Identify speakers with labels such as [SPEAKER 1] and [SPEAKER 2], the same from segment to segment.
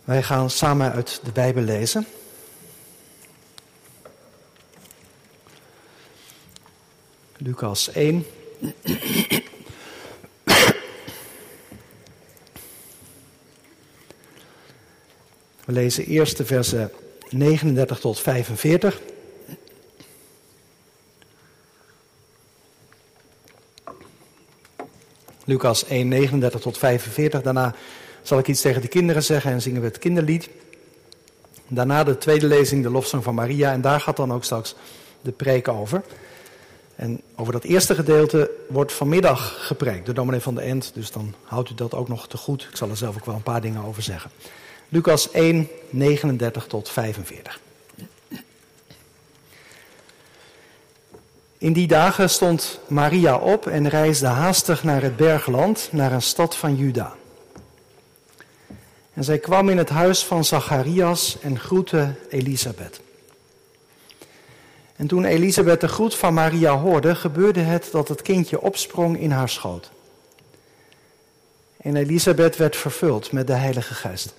[SPEAKER 1] Wij gaan samen uit de Bijbel lezen. Lucas 1. We lezen eerst de versen 39 tot 45. Lucas 1, 39 tot 45. Daarna zal ik iets tegen de kinderen zeggen en zingen we het kinderlied. Daarna de tweede lezing, de lofzang van Maria. En daar gaat dan ook straks de preek over. En over dat eerste gedeelte wordt vanmiddag gepreekt door dominee van de End. Dus dan houdt u dat ook nog te goed. Ik zal er zelf ook wel een paar dingen over zeggen. Lucas 1, 39 tot 45. In die dagen stond Maria op en reisde haastig naar het bergland, naar een stad van Juda. En zij kwam in het huis van Zacharias en groette Elisabeth. En toen Elisabeth de groet van Maria hoorde, gebeurde het dat het kindje opsprong in haar schoot. En Elisabeth werd vervuld met de Heilige Geest.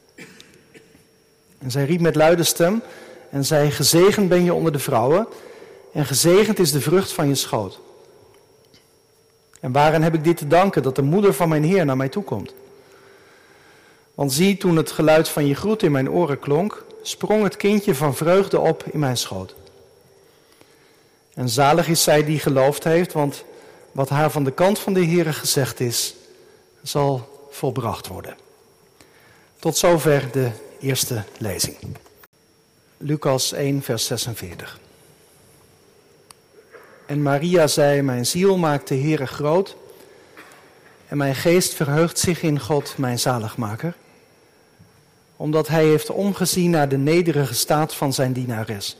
[SPEAKER 1] En zij riep met luide stem en zei: gezegend ben je onder de vrouwen en gezegend is de vrucht van je schoot. En waaraan heb ik dit te danken, dat de moeder van mijn Heer naar mij toe komt? Want zie, toen het geluid van je groet in mijn oren klonk, sprong het kindje van vreugde op in mijn schoot. En zalig is zij die geloofd heeft, want wat haar van de kant van de Heere gezegd is, zal volbracht worden. Tot zover de eerste lezing. Lucas 1, vers 46. En Maria zei: mijn ziel maakt de Heere groot en mijn geest verheugt zich in God, mijn zaligmaker, omdat hij heeft omgezien naar de nederige staat van zijn dienares.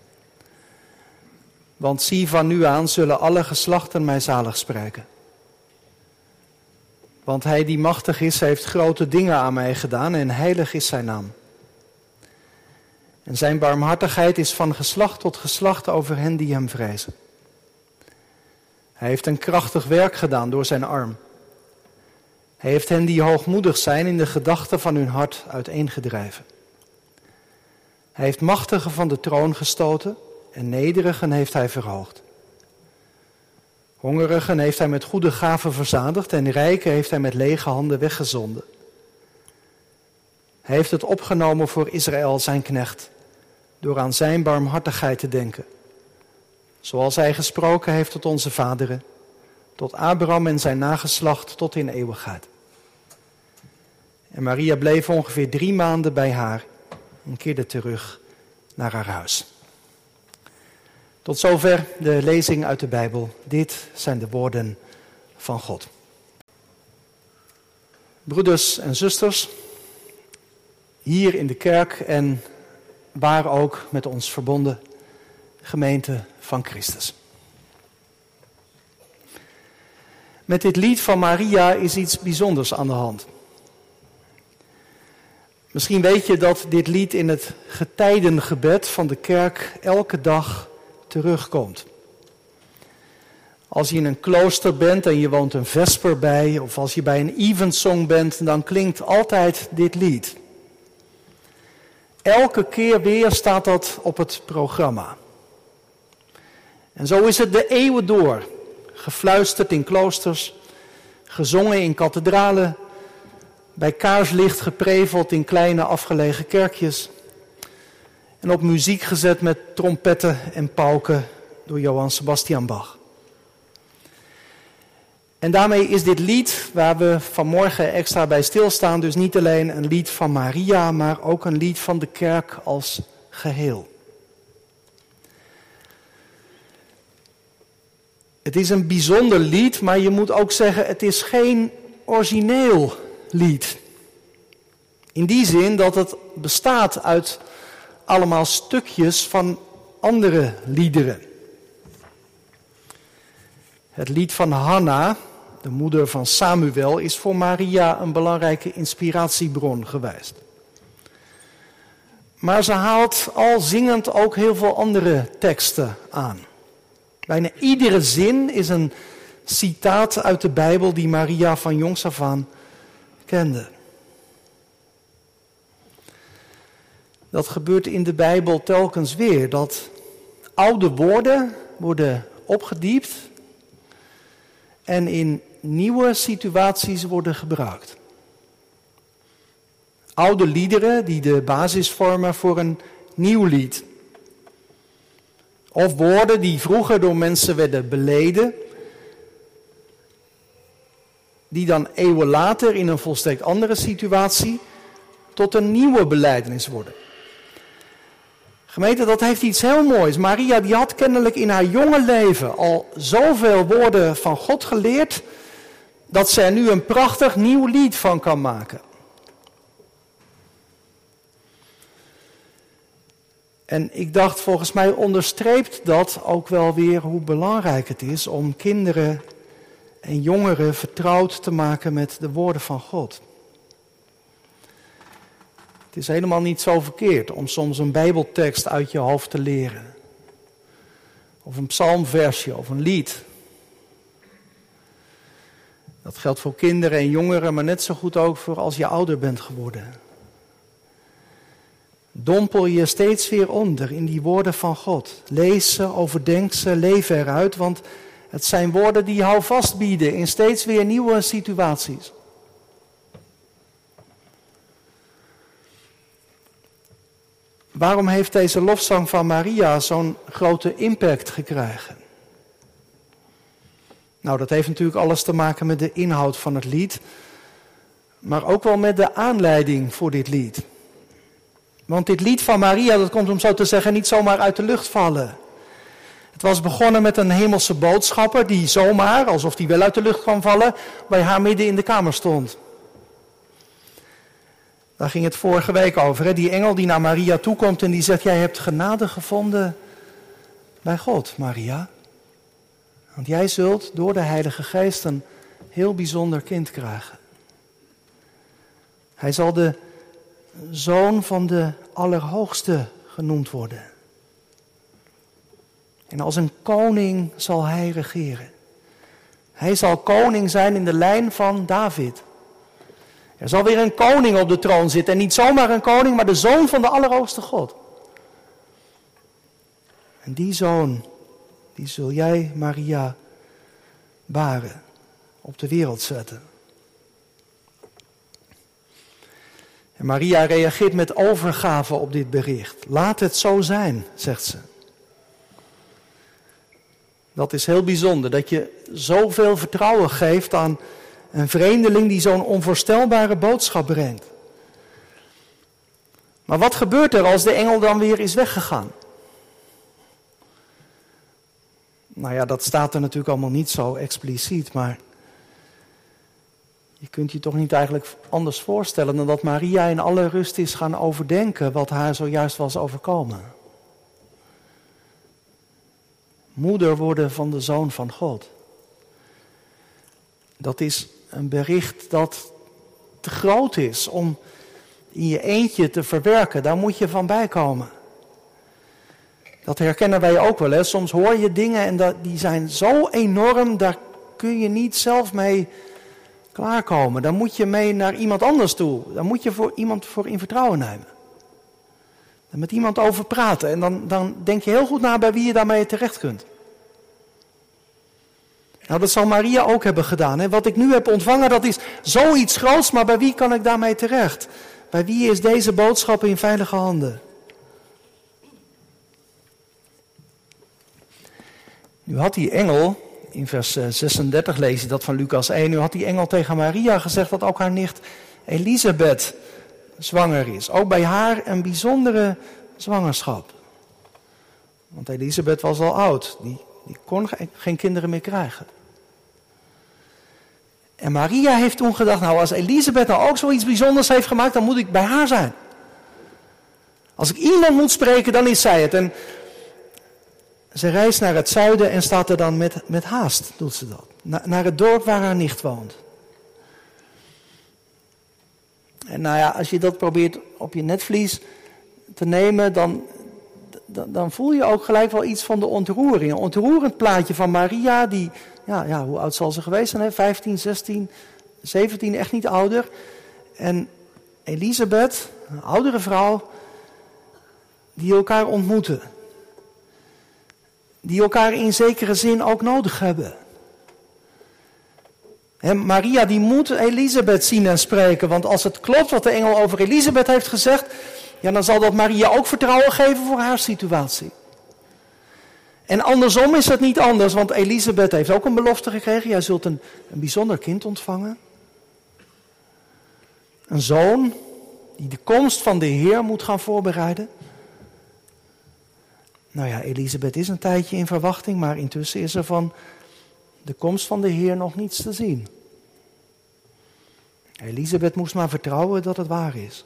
[SPEAKER 1] Want zie, van nu aan zullen alle geslachten mij zalig spreken. Want hij die machtig is, heeft grote dingen aan mij gedaan en heilig is zijn naam. En zijn barmhartigheid is van geslacht tot geslacht over hen die hem vrezen. Hij heeft een krachtig werk gedaan door zijn arm. Hij heeft hen die hoogmoedig zijn in de gedachten van hun hart uiteengedreven. Hij heeft machtigen van de troon gestoten en nederigen heeft hij verhoogd. Hongerigen heeft hij met goede gaven verzadigd en rijken heeft hij met lege handen weggezonden. Hij heeft het opgenomen voor Israël, zijn knecht, door aan zijn barmhartigheid te denken. Zoals hij gesproken heeft tot onze vaderen, tot Abraham en zijn nageslacht tot in eeuwigheid. En Maria bleef ongeveer 3 maanden bij haar en keerde terug naar haar huis. Tot zover de lezing uit de Bijbel. Dit zijn de woorden van God. Broeders en zusters, hier in de kerk en waar ook met ons verbonden, gemeente van Christus. Met dit lied van Maria is iets bijzonders aan de hand. Misschien weet je dat dit lied in het getijdengebed van de kerk elke dag terugkomt. Als je in een klooster bent en je woont een vesper bij, of als je bij een evensong bent, dan klinkt altijd dit lied. Elke keer weer staat dat op het programma. En zo is het de eeuwen door, gefluisterd in kloosters, gezongen in kathedralen, bij kaarslicht gepreveld in kleine afgelegen kerkjes en op muziek gezet met trompetten en pauken door Johann Sebastian Bach. En daarmee is dit lied, waar we vanmorgen extra bij stilstaan, dus niet alleen een lied van Maria, maar ook een lied van de kerk als geheel. Het is een bijzonder lied, maar je moet ook zeggen, het is geen origineel lied. In die zin dat het bestaat uit allemaal stukjes van andere liederen. Het lied van Hanna, de moeder van Samuel, is voor Maria een belangrijke inspiratiebron geweest. Maar ze haalt al zingend ook heel veel andere teksten aan. Bijna iedere zin is een citaat uit de Bijbel die Maria van jongs af aan kende. Dat gebeurt in de Bijbel telkens weer. Dat oude woorden worden opgediept en in nieuwe situaties worden gebruikt. Oude liederen die de basis vormen voor een nieuw lied. Of woorden die vroeger door mensen werden beleden, die dan eeuwen later in een volstrekt andere situatie tot een nieuwe belijdenis worden. Gemeente, dat heeft iets heel moois. Maria die had kennelijk in haar jonge leven al zoveel woorden van God geleerd, dat ze er nu een prachtig nieuw lied van kan maken. En ik dacht, volgens mij onderstreept dat ook wel weer hoe belangrijk het is om kinderen en jongeren vertrouwd te maken met de woorden van God. Het is helemaal niet zo verkeerd om soms een Bijbeltekst uit je hoofd te leren. Of een psalmversje of een lied. Dat geldt voor kinderen en jongeren, maar net zo goed ook voor als je ouder bent geworden. Dompel je steeds weer onder in die woorden van God. Lees ze, overdenk ze, leef eruit, want het zijn woorden die houvast bieden in steeds weer nieuwe situaties. Waarom heeft deze lofzang van Maria zo'n grote impact gekregen? Nou, dat heeft natuurlijk alles te maken met de inhoud van het lied, maar ook wel met de aanleiding voor dit lied. Want dit lied van Maria, dat komt om zo te zeggen niet zomaar uit de lucht vallen. Het was begonnen met een hemelse boodschapper die zomaar, alsof die wel uit de lucht kwam vallen, bij haar midden in de kamer stond. Daar ging het vorige week over. Hè? Die engel die naar Maria toekomt en die zegt, jij hebt genade gevonden bij God, Maria. Want jij zult door de Heilige Geest een heel bijzonder kind krijgen. Hij zal de Zoon van de Allerhoogste genoemd worden. En als een koning zal hij regeren. Hij zal koning zijn in de lijn van David. Er zal weer een koning op de troon zitten. En niet zomaar een koning, maar de Zoon van de Allerhoogste God. En die Zoon, die zul jij, Maria, baren, op de wereld zetten. En Maria reageert met overgave op dit bericht. Laat het zo zijn, zegt ze. Dat is heel bijzonder, dat je zoveel vertrouwen geeft aan een vreemdeling die zo'n onvoorstelbare boodschap brengt. Maar wat gebeurt er als de engel dan weer is weggegaan? Nou ja, dat staat er natuurlijk allemaal niet zo expliciet, maar je kunt je toch niet eigenlijk anders voorstellen dan dat Maria in alle rust is gaan overdenken wat haar zojuist was overkomen. Moeder worden van de Zoon van God. Dat is een bericht dat te groot is om in je eentje te verwerken. Daar moet je van bijkomen. Dat herkennen wij ook wel. Hè? Soms hoor je dingen en die zijn zo enorm, daar kun je niet zelf mee klaarkomen. Dan moet je mee naar iemand anders toe. Dan moet je voor iemand voor in vertrouwen nemen. En met iemand over praten. En dan denk je heel goed na bij wie je daarmee terecht kunt. Nou, dat zal Maria ook hebben gedaan. Hè? Wat ik nu heb ontvangen, dat is zoiets groots, maar bij wie kan ik daarmee terecht? Bij wie is deze boodschap in veilige handen? Nu had die engel, in vers 36 lees je dat van Lucas 1, nu had die engel tegen Maria gezegd dat ook haar nicht Elisabeth zwanger is. Ook bij haar een bijzondere zwangerschap. Want Elisabeth was al oud, die kon geen kinderen meer krijgen. En Maria heeft toen gedacht, nou als Elisabeth nou ook zoiets bijzonders heeft gemaakt, dan moet ik bij haar zijn. Als ik iemand moet spreken, dan is zij het. En ze reist naar het zuiden en staat er dan met haast, doet ze dat. Naar het dorp waar haar nicht woont. En nou ja, als je dat probeert op je netvlies te nemen, dan voel je ook gelijk wel iets van de ontroering. Een ontroerend plaatje van Maria, die, ja, hoe oud zal ze geweest zijn? Hè? 15, 16, 17, echt niet ouder. En Elisabeth, een oudere vrouw, die elkaar ontmoeten. Die elkaar in zekere zin ook nodig hebben. Maria die moet Elisabeth zien en spreken, want als het klopt wat de engel over Elisabeth heeft gezegd, ja, dan zal dat Maria ook vertrouwen geven voor haar situatie. En andersom is het niet anders, want Elisabeth heeft ook een belofte gekregen. Jij zult een bijzonder kind ontvangen. Een zoon die de komst van de Heer moet gaan voorbereiden. Nou ja, Elisabeth is een tijdje in verwachting, maar intussen is er van de komst van de Heer nog niets te zien. Elisabeth moest maar vertrouwen dat het waar is.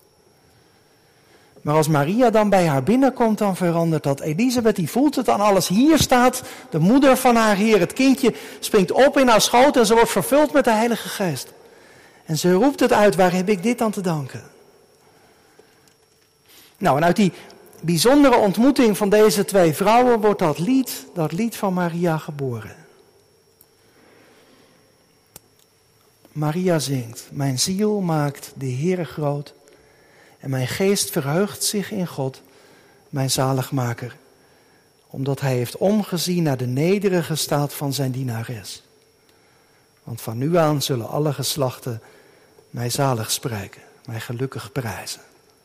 [SPEAKER 1] Maar als Maria dan bij haar binnenkomt, dan verandert dat. Elisabeth die voelt het aan alles. Hier staat de moeder van haar Heer. Het kindje springt op in haar schoot en ze wordt vervuld met de Heilige Geest. En ze roept het uit, waar heb ik dit aan te danken? Nou, en uit die bijzondere ontmoeting van deze twee vrouwen wordt dat lied van Maria geboren. Maria zingt, mijn ziel maakt de Heere groot en mijn geest verheugt zich in God, mijn zaligmaker, omdat hij heeft omgezien naar de nederige staat van zijn dienares. Want van nu aan zullen alle geslachten mij zalig spreken, mij gelukkig prijzen.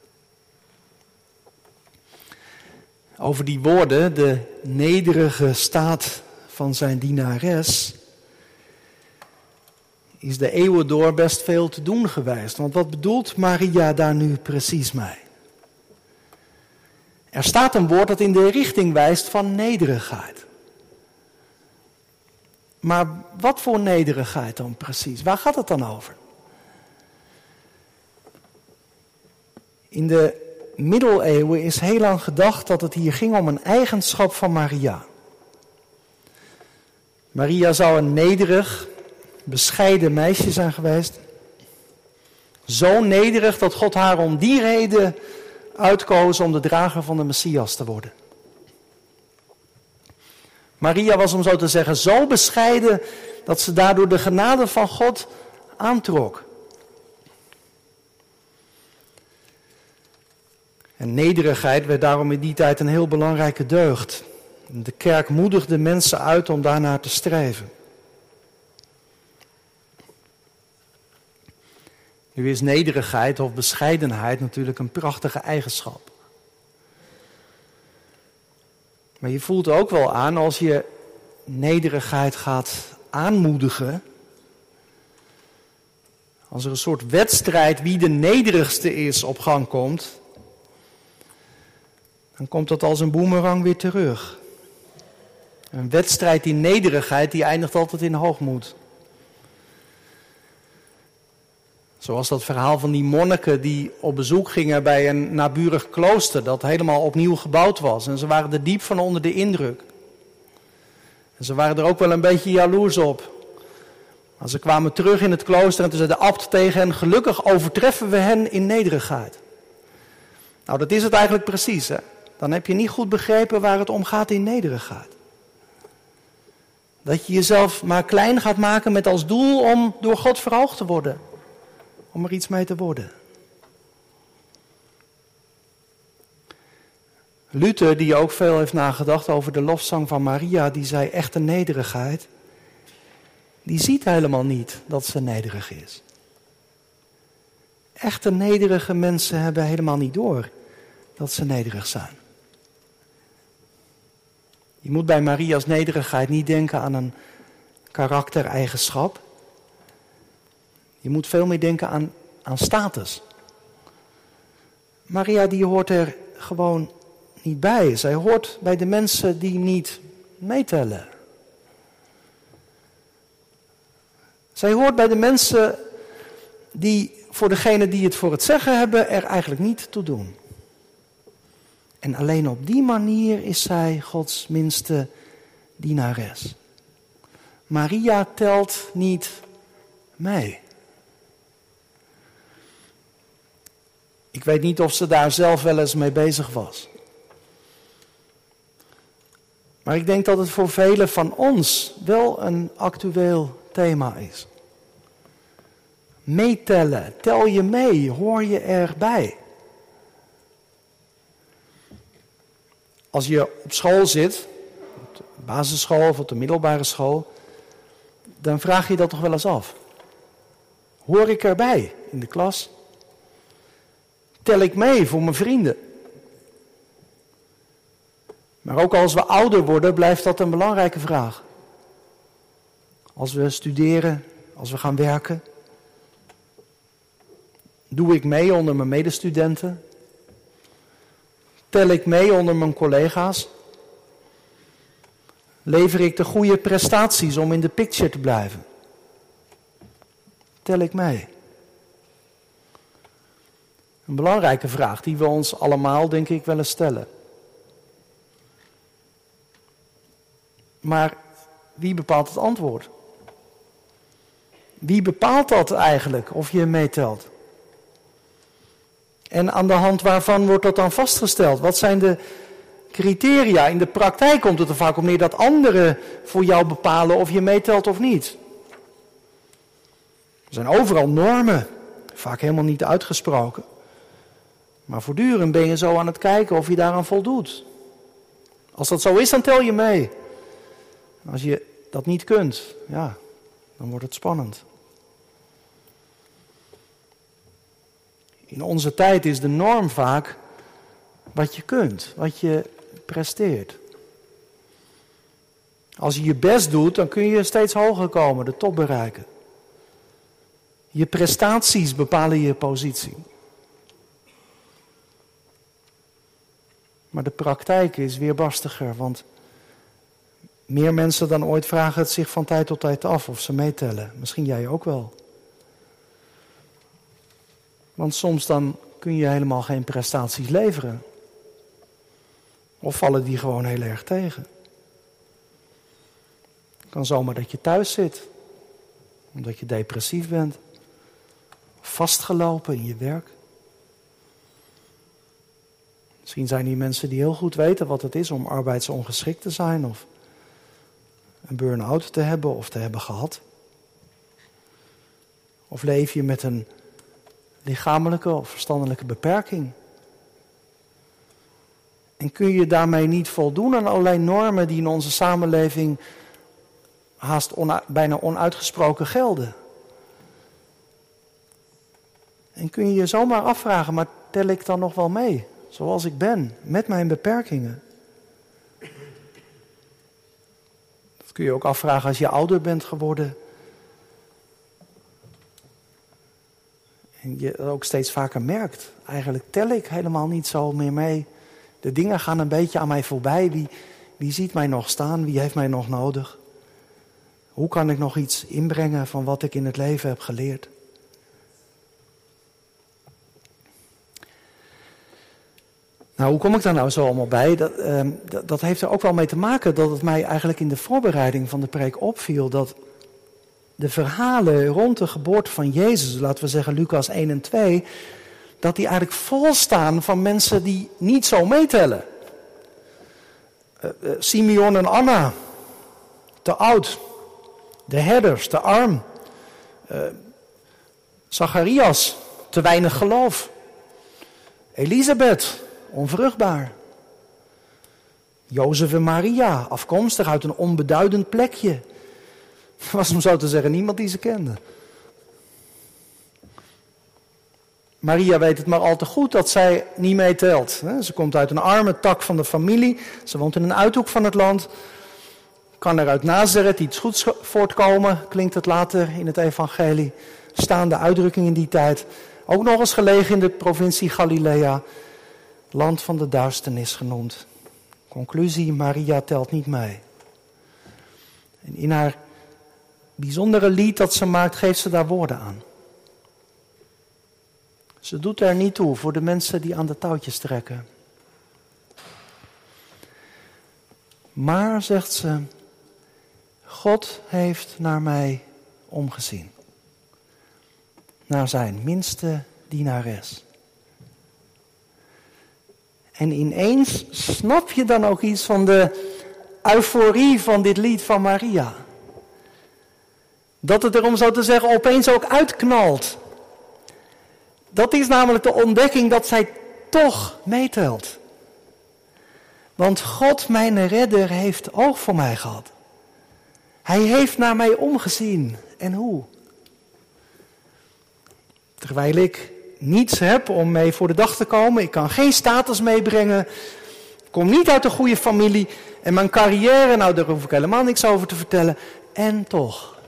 [SPEAKER 1] Over die woorden, de nederige staat van zijn dienares, is de eeuwen door best veel te doen geweest. Want wat bedoelt Maria daar nu precies mee? Er staat een woord dat in de richting wijst van nederigheid. Maar wat voor nederigheid dan precies? Waar gaat het dan over? In de middeleeuwen is heel lang gedacht dat het hier ging om een eigenschap van Maria. Maria zou een nederig, bescheiden meisje zijn geweest. Zo nederig dat God haar om die reden uitkoos om de drager van de Messias te worden. Maria was, om zo te zeggen, zo bescheiden dat ze daardoor de genade van God aantrok. En nederigheid werd daarom in die tijd een heel belangrijke deugd. De kerk moedigde mensen uit om daarnaar te streven. Nu is nederigheid of bescheidenheid natuurlijk een prachtige eigenschap. Maar je voelt ook wel aan als je nederigheid gaat aanmoedigen. Als er een soort wedstrijd wie de nederigste is op gang komt, dan komt dat als een boemerang weer terug. Een wedstrijd in nederigheid die eindigt altijd in hoogmoed. Zoals dat verhaal van die monniken die op bezoek gingen bij een naburig klooster dat helemaal opnieuw gebouwd was. En ze waren er diep van onder de indruk. En ze waren er ook wel een beetje jaloers op. Maar ze kwamen terug in het klooster en toen zei de abt tegen hen, gelukkig overtreffen we hen in nederigheid. Nou, dat is het eigenlijk precies, hè. Dan heb je niet goed begrepen waar het om gaat in nederigheid. Dat je jezelf maar klein gaat maken met als doel om door God verhoogd te worden. Om er iets mee te worden. Luther, die ook veel heeft nagedacht over de lofzang van Maria, die zei echte nederigheid, die ziet helemaal niet dat ze nederig is. Echte nederige mensen hebben helemaal niet door dat ze nederig zijn. Je moet bij Maria's nederigheid niet denken aan een karaktereigenschap. Je moet veel meer denken aan status. Maria die hoort er gewoon niet bij. Zij hoort bij de mensen die niet meetellen. Zij hoort bij de mensen die voor degene die het voor het zeggen hebben er eigenlijk niet toe doen. En alleen op die manier is zij Gods minste dienares. Maria telt niet mee. Ik weet niet of ze daar zelf wel eens mee bezig was. Maar ik denk dat het voor velen van ons wel een actueel thema is. Meetellen, tel je mee, hoor je erbij. Als je op school zit, op de basisschool of op de middelbare school, dan vraag je dat toch wel eens af. Hoor ik erbij in de klas? Tel ik mee voor mijn vrienden? Maar ook als we ouder worden, blijft dat een belangrijke vraag. Als we studeren, als we gaan werken, doe ik mee onder mijn medestudenten? Tel ik mee onder mijn collega's? Lever ik de goede prestaties om in de picture te blijven? Tel ik mee? Een belangrijke vraag die we ons allemaal, denk ik, wel eens stellen. Maar wie bepaalt het antwoord? Wie bepaalt dat eigenlijk, of je meetelt? En aan de hand waarvan wordt dat dan vastgesteld? Wat zijn de criteria? In de praktijk komt het er vaak op neer dat anderen voor jou bepalen of je meetelt of niet. Er zijn overal normen, vaak helemaal niet uitgesproken. Maar voortdurend ben je zo aan het kijken of je daaraan voldoet. Als dat zo is, dan tel je mee. Als je dat niet kunt, ja, dan wordt het spannend. In onze tijd is de norm vaak wat je kunt, wat je presteert. Als je je best doet, dan kun je steeds hoger komen, de top bereiken. Je prestaties bepalen je positie. Maar de praktijk is weerbarstiger, want meer mensen dan ooit vragen het zich van tijd tot tijd af of ze meetellen. Misschien jij ook wel. Want soms dan kun je helemaal geen prestaties leveren. Of vallen die gewoon heel erg tegen. Het kan zomaar dat je thuis zit. Omdat je depressief bent. Vastgelopen in je werk. Misschien zijn die mensen die heel goed weten wat het is om arbeidsongeschikt te zijn. Of een burn-out te hebben of te hebben gehad. Of leef je met een lichamelijke of verstandelijke beperking. En kun je daarmee niet voldoen aan allerlei normen die in onze samenleving haast bijna onuitgesproken gelden. En kun je je zomaar afvragen, maar tel ik dan nog wel mee? Zoals ik ben, met mijn beperkingen. Dat kun je ook afvragen als je ouder bent geworden. En je ook steeds vaker merkt, eigenlijk tel ik helemaal niet zo meer mee. De dingen gaan een beetje aan mij voorbij. Wie ziet mij nog staan? Wie heeft mij nog nodig? Hoe kan ik nog iets inbrengen van wat ik in het leven heb geleerd? Nou, hoe kom ik daar nou zo allemaal bij? Dat heeft er ook wel mee te maken dat het mij eigenlijk in de voorbereiding van de preek opviel dat de verhalen rond de geboorte van Jezus, laten we zeggen Lucas 1 en 2, dat die eigenlijk vol staan van mensen die niet zo meetellen. Simeon en Anna, te oud. De herders, te arm. Zacharias, te weinig geloof. Elisabeth, onvruchtbaar. Jozef en Maria, afkomstig uit een onbeduidend plekje. Er was om zo te zeggen niemand die ze kende. Maria weet het maar al te goed dat zij niet meetelt. Ze komt uit een arme tak van de familie. Ze woont in een uithoek van het land. Kan er uit Nazareth iets goeds voortkomen, klinkt het later in het evangelie. Staande uitdrukking in die tijd. Ook nog eens gelegen in de provincie Galilea. Land van de duisternis genoemd. Conclusie, Maria telt niet mee. En in haar bijzondere lied dat ze maakt, geeft ze daar woorden aan. Ze doet er niet toe voor de mensen die aan de touwtjes trekken. Maar, zegt ze, God heeft naar mij omgezien. Naar zijn minste dienares. En ineens snap je dan ook iets van de euforie van dit lied van Maria. Dat het er, om zo te zeggen, opeens ook uitknalt. Dat is namelijk de ontdekking dat zij toch meetelt. Want God, mijn redder, heeft oog voor mij gehad. Hij heeft naar mij omgezien. En hoe? Terwijl ik niets heb om mee voor de dag te komen. Ik kan geen status meebrengen. Ik kom niet uit een goede familie. En mijn carrière, nou daar hoef ik helemaal niks over te vertellen. En toch.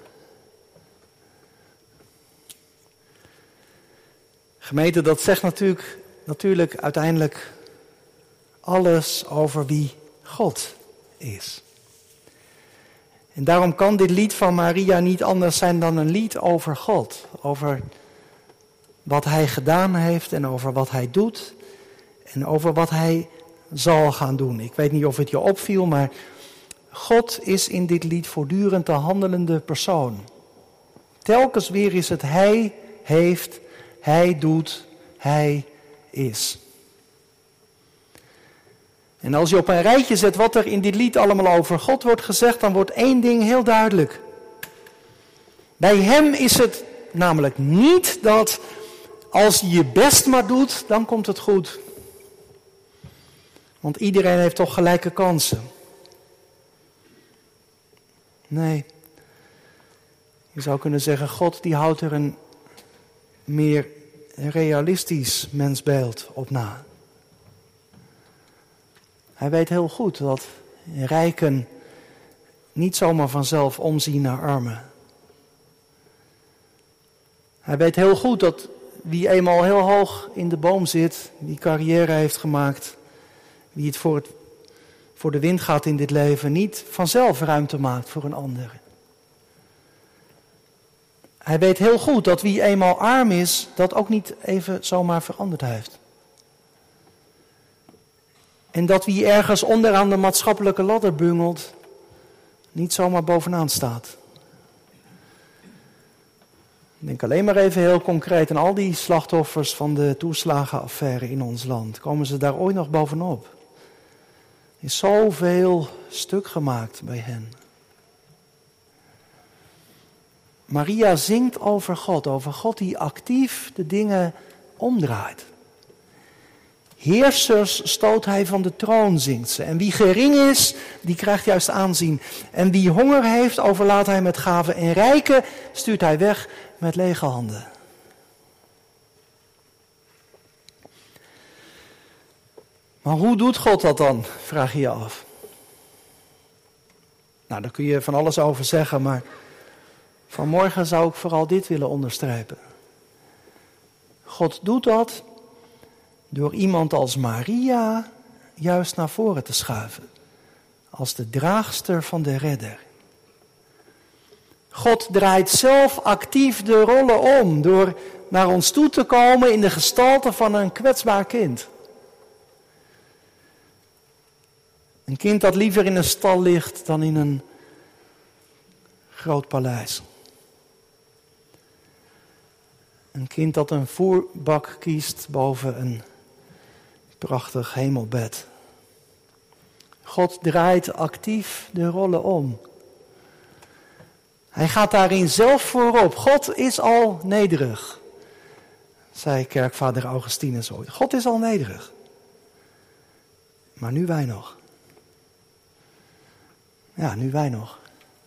[SPEAKER 1] Gemeente, dat zegt natuurlijk uiteindelijk alles over wie God is. En daarom kan dit lied van Maria niet anders zijn dan een lied over God. Over wat hij gedaan heeft en over wat hij doet. En over wat hij zal gaan doen. Ik weet niet of het je opviel, maar God is in dit lied voortdurend de handelende persoon. Telkens weer is het hij heeft, hij doet, hij is. En als je op een rijtje zet wat er in dit lied allemaal over God wordt gezegd, dan wordt één ding heel duidelijk. Bij hem is het namelijk niet dat als je je best maar doet, dan komt het goed. Want iedereen heeft toch gelijke kansen. Nee. Je zou kunnen zeggen, God die houdt er een meer realistisch mensbeeld op na. Hij weet heel goed dat rijken niet zomaar vanzelf omzien naar armen. Hij weet heel goed dat wie eenmaal heel hoog in de boom zit, die carrière heeft gemaakt, wie het voor de wind gaat in dit leven, niet vanzelf ruimte maakt voor een ander. Hij weet heel goed dat wie eenmaal arm is, dat ook niet even zomaar veranderd heeft. En dat wie ergens onderaan de maatschappelijke ladder bungelt, niet zomaar bovenaan staat. Denk alleen maar even heel concreet aan al die slachtoffers van de toeslagenaffaire in ons land. Komen ze daar ooit nog bovenop? Er is zoveel stuk gemaakt bij hen. Maria zingt over God die actief de dingen omdraait. Heersers stoot hij van de troon, zingt ze. En wie gering is, die krijgt juist aanzien. En wie honger heeft, overlaat hij met gaven. En rijken stuurt hij weg met lege handen. Maar hoe doet God dat dan, vraag je je af. Nou, daar kun je van alles over zeggen, maar vanmorgen zou ik vooral dit willen onderstrepen. God doet dat door iemand als Maria juist naar voren te schuiven. Als de draagster van de redder. God draait zelf actief de rollen om door naar ons toe te komen in de gestalte van een kwetsbaar kind. Een kind dat liever in een stal ligt dan in een groot paleis. Een kind dat een voerbak kiest boven een prachtig hemelbed. God draait actief de rollen om. Hij gaat daarin zelf voorop. God is al nederig, zei kerkvader Augustinus ooit. God is al nederig. Maar nu wij nog. Ja, nu wij nog.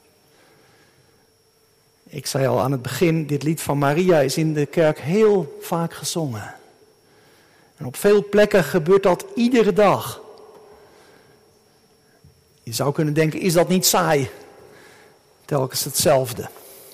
[SPEAKER 1] Ik zei al aan het begin, dit lied van Maria is in de kerk heel vaak gezongen. En op veel plekken gebeurt dat iedere dag. Je zou kunnen denken, is dat niet saai? Telkens hetzelfde.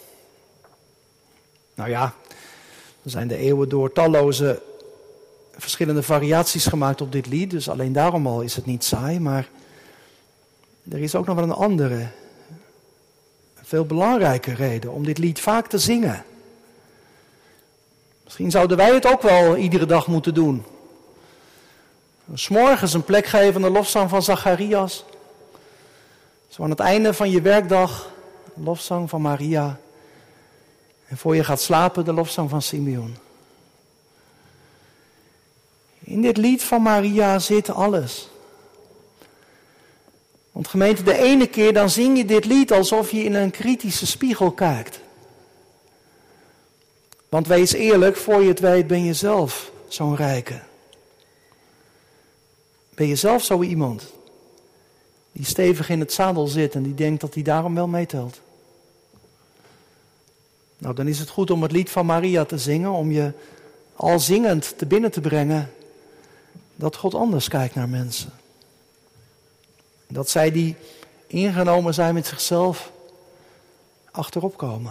[SPEAKER 1] Nou ja, er zijn de eeuwen door talloze verschillende variaties gemaakt op dit lied. Dus alleen daarom al is het niet saai. Maar er is ook nog wel een andere, veel belangrijke reden om dit lied vaak te zingen. Misschien zouden wij het ook wel iedere dag moeten doen. 'S Morgens een plek geven aan de lofzang van Zacharias. Zo aan het einde van je werkdag, de lofzang van Maria. En voor je gaat slapen, de lofzang van Simeon. In dit lied van Maria zit alles. Want gemeente, de ene keer dan zing je dit lied alsof je in een kritische spiegel kijkt. Want wees eerlijk, voor je het weet ben je zelf zo'n rijke. Ben je zelf zo iemand die stevig in het zadel zit en die denkt dat hij daarom wel meetelt. Nou, dan is het goed om het lied van Maria te zingen, om je al zingend te binnen te brengen dat God anders kijkt naar mensen. Dat zij die ingenomen zijn met zichzelf achterop komen.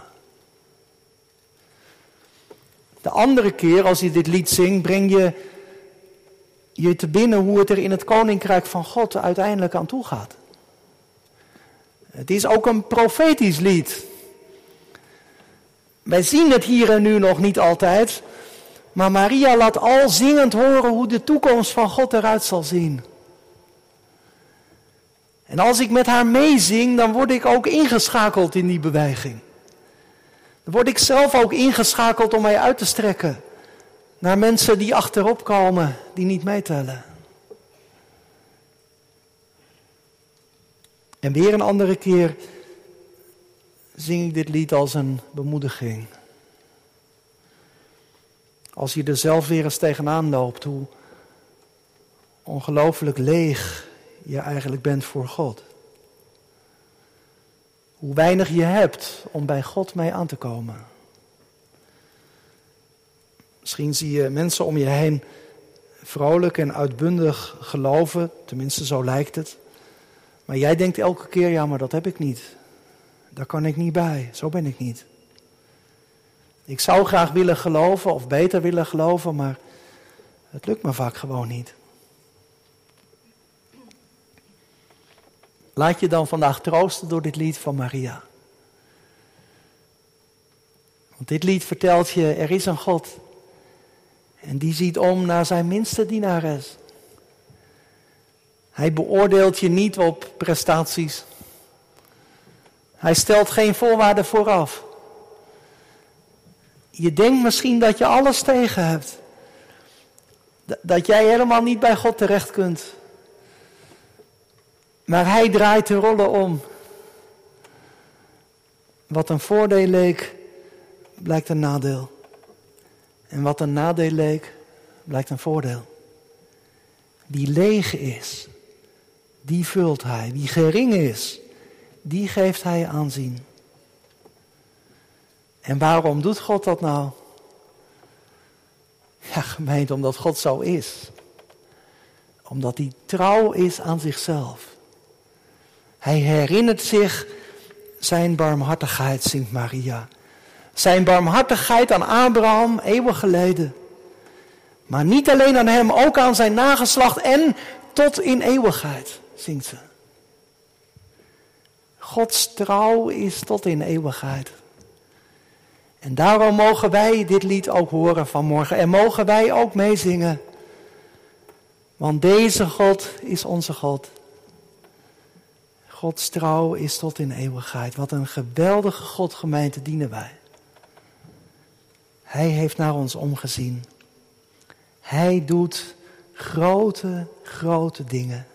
[SPEAKER 1] De andere keer als je dit lied zingt, breng je te binnen hoe het er in het koninkrijk van God uiteindelijk aan toe gaat. Het is ook een profetisch lied. Wij zien het hier en nu nog niet altijd, maar Maria laat al zingend horen hoe de toekomst van God eruit zal zien. En als ik met haar meezing, dan word ik ook ingeschakeld in die beweging. Dan word ik zelf ook ingeschakeld om mij uit te strekken naar mensen die achterop komen, die niet meetellen. En weer een andere keer zing ik dit lied als een bemoediging. Als je er zelf weer eens tegenaan loopt, hoe ongelooflijk leeg je eigenlijk bent voor God. Hoe weinig je hebt om bij God mee aan te komen. Misschien zie je mensen om je heen vrolijk en uitbundig geloven, tenminste zo lijkt het. Maar jij denkt elke keer, ja, maar dat heb ik niet. Daar kan ik niet bij, zo ben ik niet. Ik zou graag willen geloven of beter willen geloven, maar het lukt me vaak gewoon niet. Laat je dan vandaag troosten door dit lied van Maria. Want dit lied vertelt je, er is een God. En die ziet om naar zijn minste dienares. Hij beoordeelt je niet op prestaties. Hij stelt geen voorwaarden vooraf. Je denkt misschien dat je alles tegen hebt. Dat jij helemaal niet bij God terecht kunt. Maar hij draait de rollen om. Wat een voordeel leek, blijkt een nadeel. En wat een nadeel leek, blijkt een voordeel. Wie leeg is, die vult hij. Wie gering is, die geeft hij aanzien. En waarom doet God dat nou? Ja, gemeente, omdat God zo is. Omdat hij trouw is aan zichzelf. Hij herinnert zich zijn barmhartigheid, zingt Maria. Zijn barmhartigheid aan Abraham eeuwen geleden. Maar niet alleen aan hem, ook aan zijn nageslacht en tot in eeuwigheid, zingt ze. Gods trouw is tot in eeuwigheid. En daarom mogen wij dit lied ook horen vanmorgen. En mogen wij ook meezingen. Want deze God is onze God. Gods trouw is tot in eeuwigheid. Wat een geweldige God, gemeente, dienen wij. Hij heeft naar ons omgezien. Hij doet grote, grote dingen.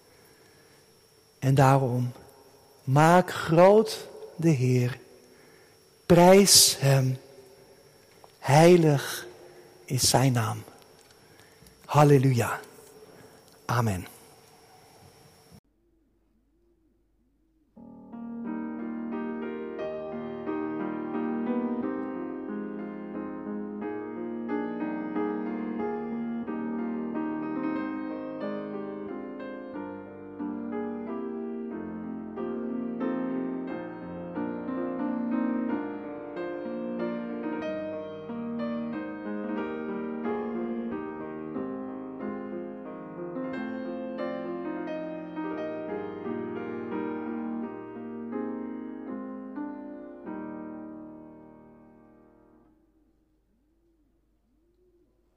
[SPEAKER 1] En daarom, maak groot de Heer. Prijs hem. Heilig is zijn naam. Halleluja. Amen.